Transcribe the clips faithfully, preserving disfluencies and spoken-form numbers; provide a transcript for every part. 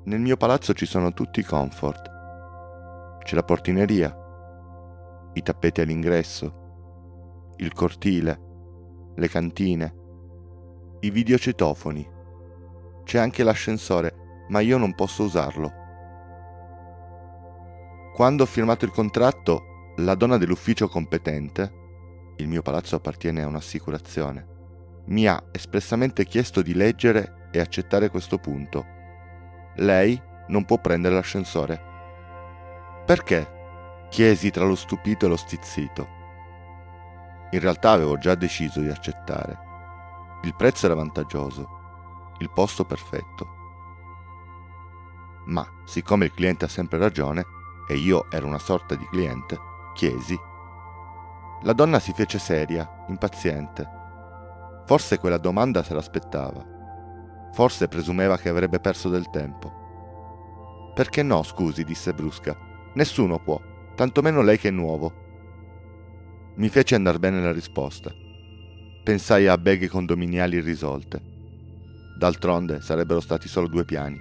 Nel mio palazzo ci sono tutti i comfort. C'è la portineria, i tappeti all'ingresso, il cortile, le cantine, i videocitofoni. C'è anche l'ascensore, ma io non posso usarlo. Quando ho firmato il contratto, la donna dell'ufficio competente, il mio palazzo appartiene a un'assicurazione, mi ha espressamente chiesto di leggere e accettare questo punto. Lei non può prendere l'ascensore. Perché? Chiesi tra lo stupito e lo stizzito. In realtà avevo già deciso di accettare. Il prezzo era vantaggioso, il posto perfetto. Ma, siccome il cliente ha sempre ragione, e io ero una sorta di cliente, chiesi. La donna si fece seria, impaziente. Forse quella domanda se l'aspettava. Forse presumeva che avrebbe perso del tempo. Perché no, scusi, disse brusca. Nessuno può, tantomeno lei che è nuovo. Mi fece andar bene la risposta. Pensai a beghe condominiali irrisolte. D'altronde sarebbero stati solo due piani.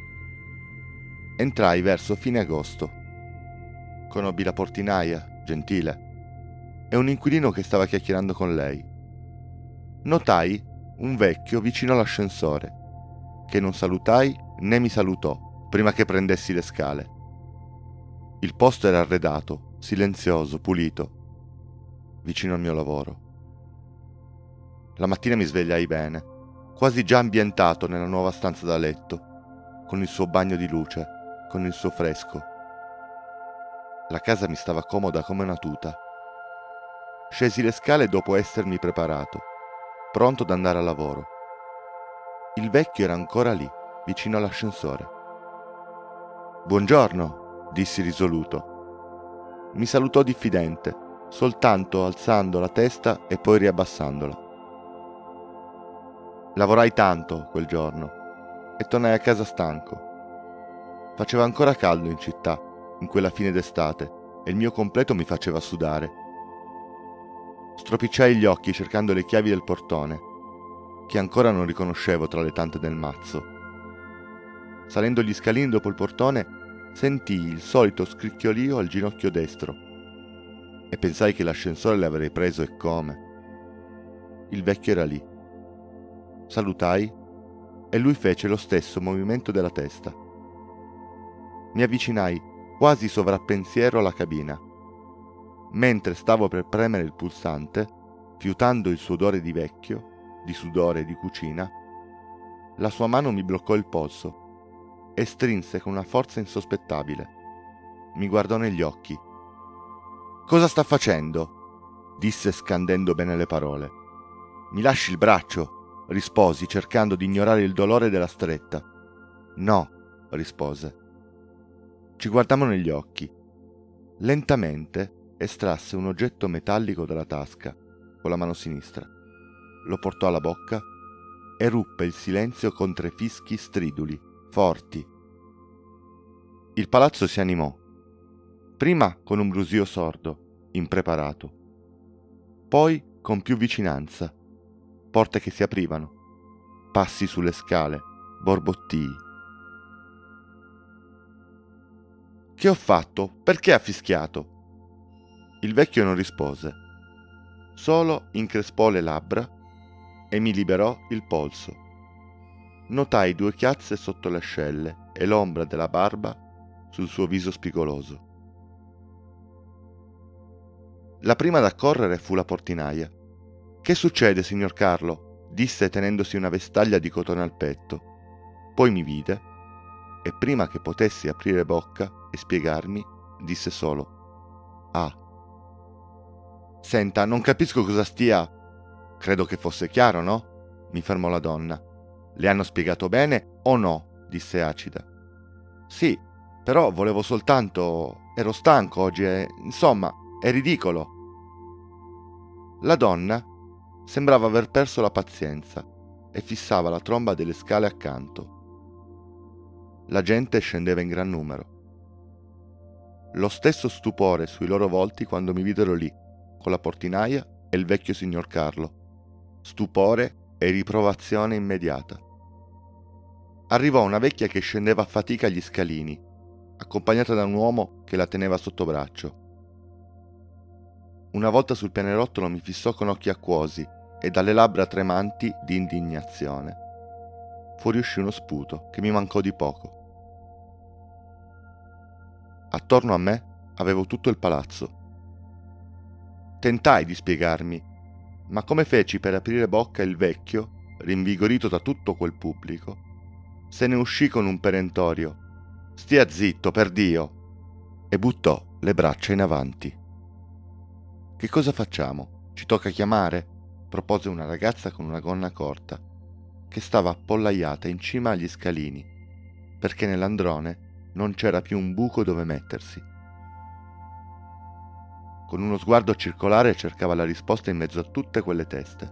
Entrai verso fine agosto. Conobbi la portinaia, gentile, e un inquilino che stava chiacchierando con lei. Notai un vecchio vicino all'ascensore, che non salutai né mi salutò prima che prendessi le scale. Il posto era arredato, silenzioso, pulito, vicino al mio lavoro. La mattina mi svegliai bene, quasi già ambientato nella nuova stanza da letto, con il suo bagno di luce, con il suo fresco. La casa mi stava comoda come una tuta. Scesi le scale dopo essermi preparato, pronto ad andare al lavoro. Il vecchio era ancora lì, vicino all'ascensore. «Buongiorno», dissi risoluto. Mi salutò diffidente, soltanto alzando la testa e poi riabbassandola. Lavorai tanto quel giorno e tornai a casa stanco. Faceva ancora caldo in città, in quella fine d'estate, e il mio completo mi faceva sudare. Stropicciai gli occhi cercando le chiavi del portone, che ancora non riconoscevo tra le tante del mazzo. Salendo gli scalini dopo il portone, sentii il solito scricchiolio al ginocchio destro e pensai che l'ascensore l'avrei preso e come. Il vecchio era lì. Salutai e lui fece lo stesso movimento della testa. Mi avvicinai quasi sovrappensiero alla cabina. Mentre stavo per premere il pulsante, fiutando il suo odore di vecchio, di sudore e di cucina, la sua mano mi bloccò il polso e strinse con una forza insospettabile. Mi guardò negli occhi. «Cosa sta facendo?» disse scandendo bene le parole. «Mi lasci il braccio?» risposi cercando di ignorare il dolore della stretta. «No», rispose. Ci guardammo negli occhi. Lentamente estrasse un oggetto metallico dalla tasca con la mano sinistra, lo portò alla bocca e ruppe il silenzio con tre fischi striduli, forti. Il palazzo si animò, prima con un brusio sordo, impreparato, poi con più vicinanza, porte che si aprivano, passi sulle scale, borbottii. «Che ho fatto? Perché ha fischiato?» Il vecchio non rispose, solo increspò le labbra e mi liberò il polso. Notai due chiazze sotto le ascelle e l'ombra della barba sul suo viso spigoloso. La prima ad accorrere fu la portinaia. «Che succede, signor Carlo?» disse tenendosi una vestaglia di cotone al petto. Poi mi vide e prima che potessi aprire bocca e spiegarmi, disse solo «Ah». «Senta, non capisco cosa stia...» «Credo che fosse chiaro, no?» mi fermò la donna. «Le hanno spiegato bene o no?» disse acida. «Sì, però volevo soltanto... ero stanco oggi e... insomma, è ridicolo». La donna sembrava aver perso la pazienza e fissava la tromba delle scale accanto. La gente scendeva in gran numero. Lo stesso stupore sui loro volti quando mi videro lì, con la portinaia e il vecchio signor Carlo. Stupore e riprovazione immediata. arrivò una vecchia che scendeva a fatica gli scalini, accompagnata da un uomo che la teneva sotto braccio. Una volta sul pianerottolo mi fissò con occhi acquosi e dalle labbra tremanti di indignazione. Fuoriuscì uno sputo che mi mancò di poco. Attorno a me avevo tutto il palazzo. Tentai di spiegarmi, ma come feci per aprire bocca il vecchio, rinvigorito da tutto quel pubblico, se ne uscì con un perentorio: «Stia zitto, per Dio!» e buttò le braccia in avanti. «Che cosa facciamo? Ci tocca chiamare?» propose una ragazza con una gonna corta, che stava appollaiata in cima agli scalini, perché nell'androne non c'era più un buco dove mettersi. Con uno sguardo circolare cercava la risposta in mezzo a tutte quelle teste.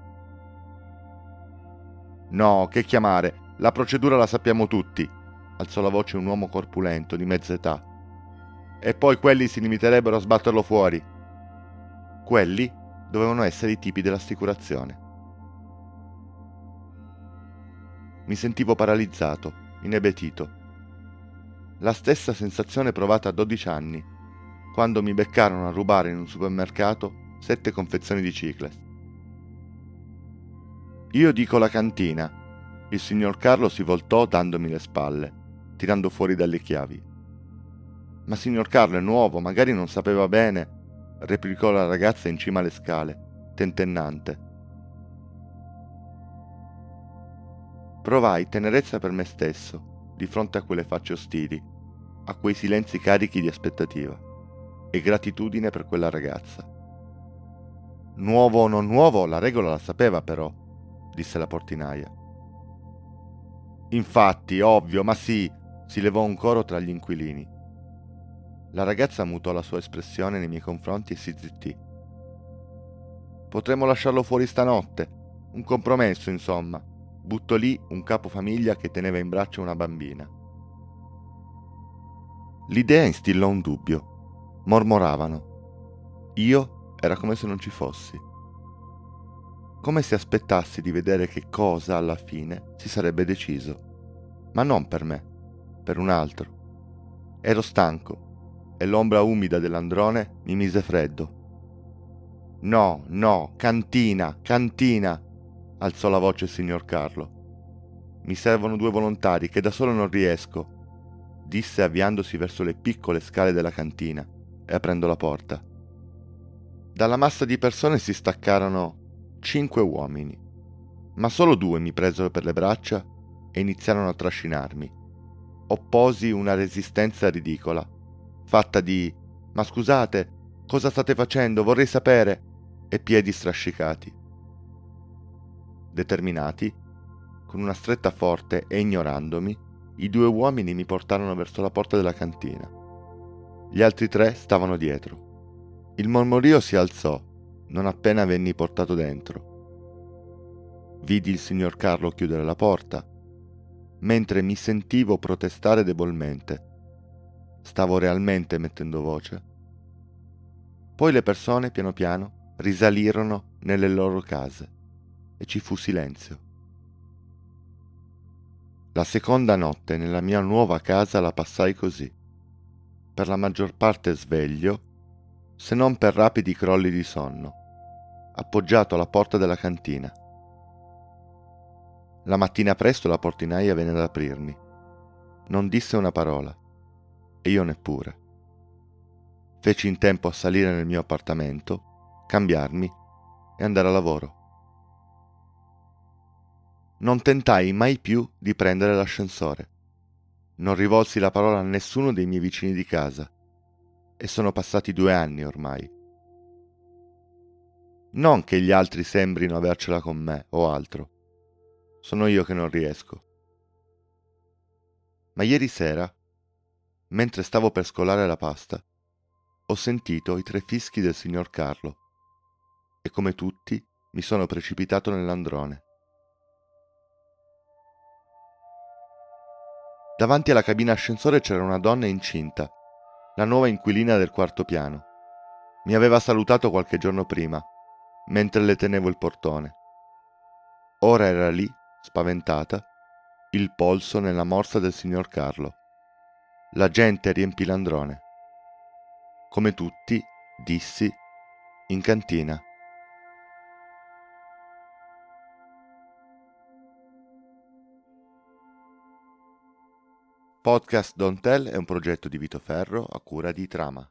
«No, che chiamare? La procedura la sappiamo tutti», alzò la voce un uomo corpulento di mezza età. «E poi quelli si limiterebbero a sbatterlo fuori». Quelli dovevano essere i tipi dell'assicurazione. Mi sentivo paralizzato, inebetito. La stessa sensazione provata a dodici anni, quando mi beccarono a rubare in un supermercato sette confezioni di Cicles. «Io dico la cantina». Il signor Carlo si voltò dandomi le spalle, tirando fuori dalle chiavi. «Ma signor Carlo è nuovo, magari non sapeva bene», replicò la ragazza in cima alle scale, tentennante. Provai tenerezza per me stesso di fronte a quelle facce ostili, a quei silenzi carichi di aspettativa, e gratitudine per quella ragazza. «Nuovo o non nuovo, la regola la sapeva però», disse la portinaia. «Infatti, ovvio, ma sì», si levò un coro tra gli inquilini. La ragazza mutò la sua espressione nei miei confronti e si zittì. «Potremmo lasciarlo fuori stanotte, un compromesso, insomma», buttò lì un capofamiglia che teneva in braccio una bambina. L'idea instillò un dubbio. Mormoravano. Io era come se non ci fossi. Come se aspettassi di vedere che cosa alla fine si sarebbe deciso. Ma non per me, per un altro. Ero stanco e l'ombra umida dell'androne mi mise freddo. «No, no, cantina, cantina!» alzò la voce il signor Carlo. «Mi servono due volontari che da solo non riesco», disse avviandosi verso le piccole scale della cantina e aprendo la porta. Dalla massa di persone si staccarono cinque uomini, ma solo due mi presero per le braccia e iniziarono a trascinarmi. Opposi una resistenza ridicola, fatta di «Ma scusate, cosa state facendo? Vorrei sapere!» e piedi strascicati. Determinati, con una stretta forte e ignorandomi, i due uomini mi portarono verso la porta della cantina. Gli altri tre stavano dietro. Il mormorio si alzò, non appena venni portato dentro. Vidi il signor Carlo chiudere la porta, mentre mi sentivo protestare debolmente. Stavo realmente mettendo voce. Poi le persone, piano piano, risalirono nelle loro case e ci fu silenzio. La seconda notte nella mia nuova casa la passai così, per la maggior parte sveglio, se non per rapidi crolli di sonno, appoggiato alla porta della cantina. La mattina presto la portinaia venne ad aprirmi. Non disse una parola, e io neppure. Feci in tempo a salire nel mio appartamento, cambiarmi e andare a lavoro. Non tentai mai più di prendere l'ascensore. Non rivolsi la parola a nessuno dei miei vicini di casa, e sono passati due anni ormai. Non che gli altri sembrino avercela con me o altro. Sono io che non riesco. Ma ieri sera, mentre stavo per scolare la pasta, ho sentito i tre fischi del signor Carlo e come tutti mi sono precipitato nell'androne. Davanti alla cabina ascensore c'era una donna incinta, la nuova inquilina del quarto piano. Mi aveva salutato qualche giorno prima, mentre le tenevo il portone. Ora era lì, spaventata, il polso nella morsa del signor Carlo. La gente riempì l'androne. Come tutti, dissi, in cantina. Podcast Don't Tell è un progetto di Vito Ferro a cura di Trama.